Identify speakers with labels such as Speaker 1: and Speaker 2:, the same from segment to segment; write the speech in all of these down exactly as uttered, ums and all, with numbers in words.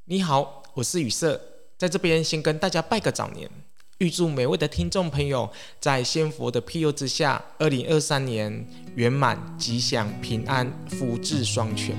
Speaker 1: 你好，我是宇色，在这边先跟大家拜个早年，预祝每位的听众朋友在仙佛的庇佑之下，二零二三年圆满、吉祥、平安、福至双全。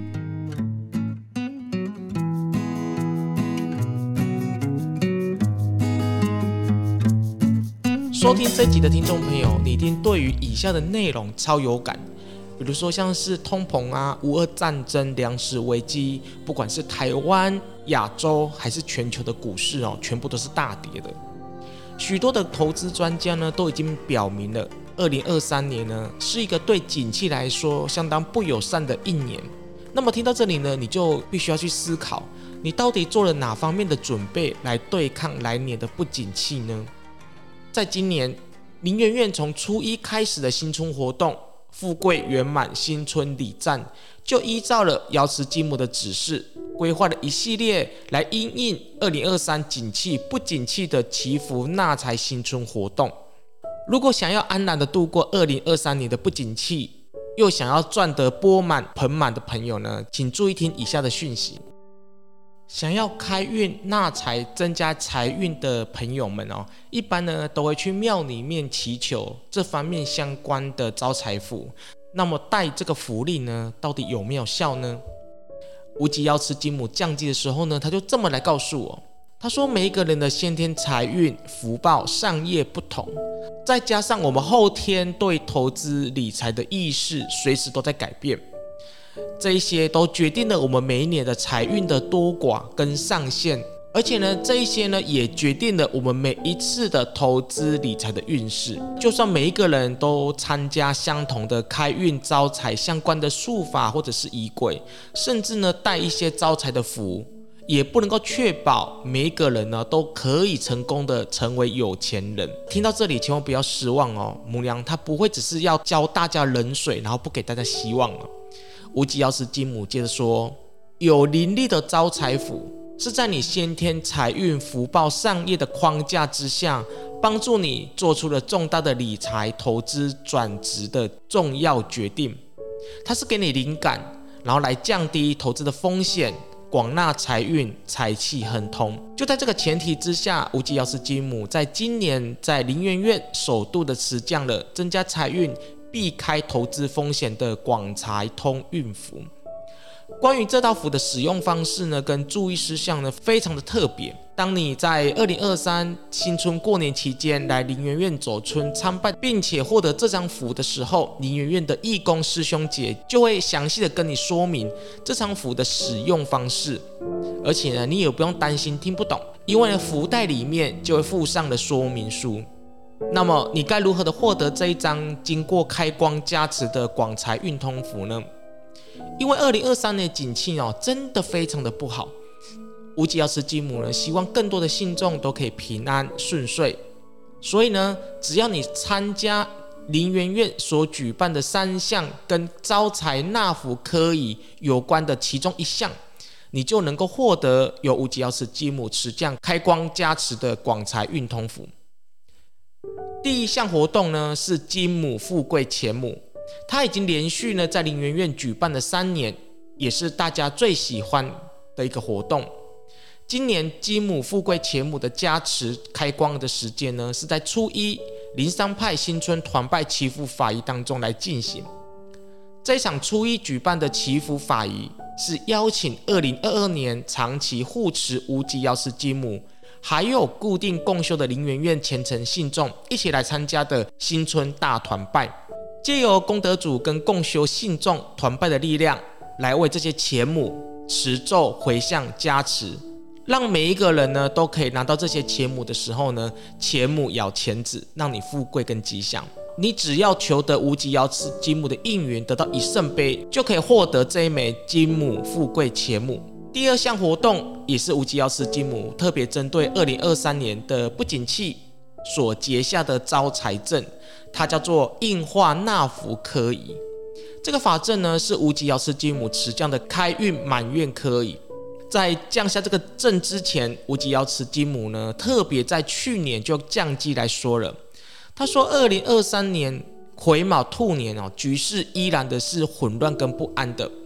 Speaker 1: 收听这集的听众朋友，你一定对于以下的内容超有感。比如说像是通膨啊、乌俄战争、粮食危机，不管是台湾、亚洲还是全球的股市哦，全部都是大跌的。许多的投资专家呢都已经表明了，二零二三年呢是一个对景气来说相当不友善的一年。那么听到这里呢，你就必须要去思考，你到底做了哪方面的准备来对抗来年的不景气呢？在今年，林园院从初一开始的新春活动。富贵圆满新春礼赞，就依照了瑶池金母的指示，规划了一系列来因应二零二三景气不景气的祈福纳财新春活动。如果想要安然的度过二零二三年的不景气，又想要赚得钵满盆满的朋友呢，请注意听以下的讯息。想要开运纳财增加财运的朋友们哦，一般呢都会去庙里面祈求这方面相关的招财符。那么带这个符令呢，到底有没有效呢？无极瑶池金母降基的时候呢，他就这么来告诉我，他说每一个人的先天财运、福报、善业不同，再加上我们后天对投资理财的意识随时都在改变。这一些都决定了我们每一年的财运的多寡跟上限，而且呢，这一些呢也决定了我们每一次的投资理财的运势。就算每一个人都参加相同的开运招财相关的术法或者是仪轨，甚至呢带一些招财的符，也不能够确保每一个人呢都可以成功的成为有钱人。听到这里千万不要失望哦，母娘她不会只是要教大家冷水，然后不给大家希望了。无极瑶池金母接着说，有灵力的招财符是在你先天财运、福报、善业的框架之下，帮助你做出了重大的理财、投资、转职的重要决定。它是给你灵感，然后来降低投资的风险，广纳财运，财气亨通。就在这个前提之下，无极瑶池金母在今年在林园院首度的持降了增加财运、避开投资风险的广财通运符。关于这道符的使用方式呢，跟注意事项呢，非常的特别。当你在二零二三新春过年期间来林园院走春参拜，并且获得这张符的时候，林园院的义工师兄姐就会详细的跟你说明这张符的使用方式，而且呢，你也不用担心听不懂，因为呢，符袋里面就会附上了说明书。那么你该如何的获得这一张经过开光加持的广财运通符呢？因为二零二三年景气哦真的非常的不好，无极瑶池金母呢希望更多的信众都可以平安顺遂，所以呢，只要你参加林园院所举办的三项跟招财纳福科仪有关的其中一项，你就能够获得由无极瑶池金母持降开光加持的广财运通符。第一项活动呢是金母富贵钱母，它已经连续呢在林园院举办了三年，也是大家最喜欢的一个活动。今年金母富贵钱母的加持开光的时间呢是在初一灵山派新春团拜祈福法仪当中来进行。这一场初一举办的祈福法仪是邀请二零二二年长期护持无极瑶池金母还有固定共修的林园院虔诚信众一起来参加的新春大团拜，藉由功德主跟共修信众团拜的力量，来为这些钱母持咒回向加持，让每一个人呢都可以拿到这些钱母的时候呢，钱母咬钱子，让你富贵跟吉祥。你只要求得无极瑶池金母的应允，得到一圣杯，就可以获得这一枚金母富贵钱母。第二项活动也是无极瑶池金母特别针对二零二三年的不景气所结下的招财阵，它叫做应化纳福科仪。这个法阵呢是无极瑶池金母持降的开运满愿科仪。在降下这个阵之前，无极瑶池金母呢特别在去年就降基来说了，他说二零二三年癸卯兔年哦，局势依然的是混乱跟不安的。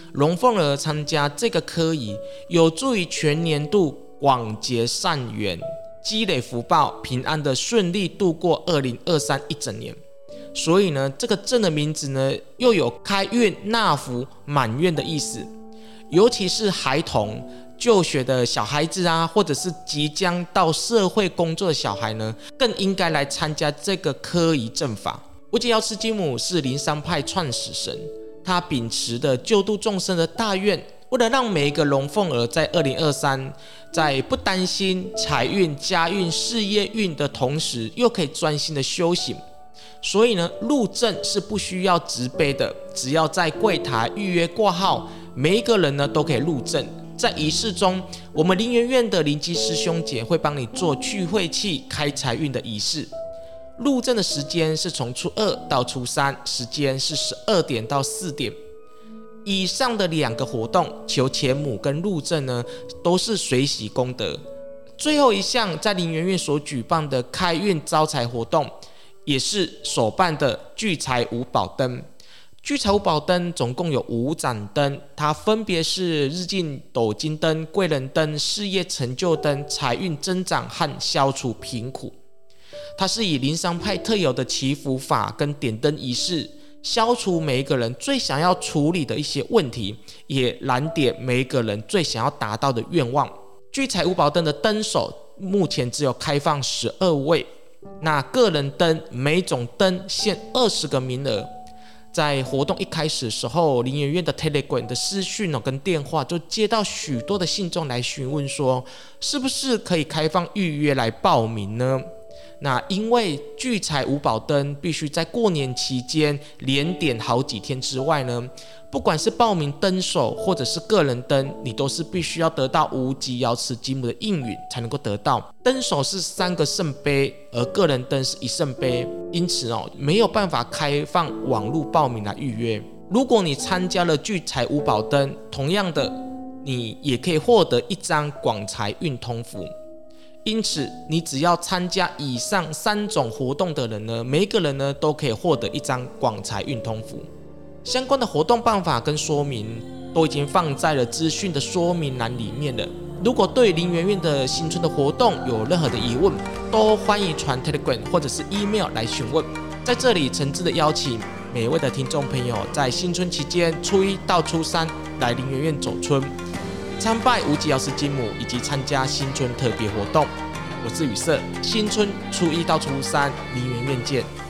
Speaker 1: 龙凤儿参加这个科仪，有助于全年度广结善缘，积累福报，平安的顺利度过二零二三一整年。所以呢，这个镇的名字呢，又有开运、纳福、满愿的意思。尤其是孩童、就学的小孩子啊，或者是即将到社会工作的小孩呢，更应该来参加这个科仪阵法。无极药师金母是灵山派创始神，他秉持的救度众生的大愿，为了让每一个龙凤儿在二零二三在不担心财运、家运、事业运的同时，又可以专心的修行。所以呢，入阵是不需要执杯的，只要在柜台预约挂号，每一个人呢都可以入阵。在仪式中，我们灵源院的灵机师兄姐会帮你做聚晦气、开财运的仪式。入阵的时间是从初二到初三，时间是十二点到四点。以上的两个活动，求钱母跟入阵呢，都是随喜功德。最后一项，在灵源院所举办的开运招财活动，也是首办的聚财五宝灯。聚财五宝灯总共有五盏灯，它分别是日进斗金灯、贵人灯、事业成就灯、财运增长和消除贫苦。它是以灵山派特有的祈福法跟点灯仪式，消除每一个人最想要处理的一些问题，也燃点每一个人最想要达到的愿望。聚财五宝灯的灯手目前只有开放十二位，那个人灯每种灯限二十个名额。在活动一开始的时候，灵源院的 Telegram 的私讯跟电话就接到许多的信众来询问说，是不是可以开放预约来报名呢？那因为聚财五宝灯必须在过年期间连点好几天之外呢，不管是报名灯手或者是个人灯，你都是必须要得到无极瑶池金母的应允才能够得到。灯手是三个圣杯，而个人灯是一圣杯，因此哦，没有办法开放网络报名来预约。如果你参加了聚财五宝灯，同样的，你也可以获得一张广财运通符。因此，你只要参加以上三种活动的人呢，每一个人呢都可以获得一张广财运通符。相关的活动办法跟说明都已经放在了资讯的说明栏里面了。如果对灵源院的新春的活动有任何的疑问，都欢迎传 Telegram 或者是 email 来询问。在这里诚挚的邀请每位的听众朋友，在新春期间初一到初三来灵源院走春，参拜无极瑶池金母，以及参加新春特别活动。我是宇色，新春初一到初三，灵源院见。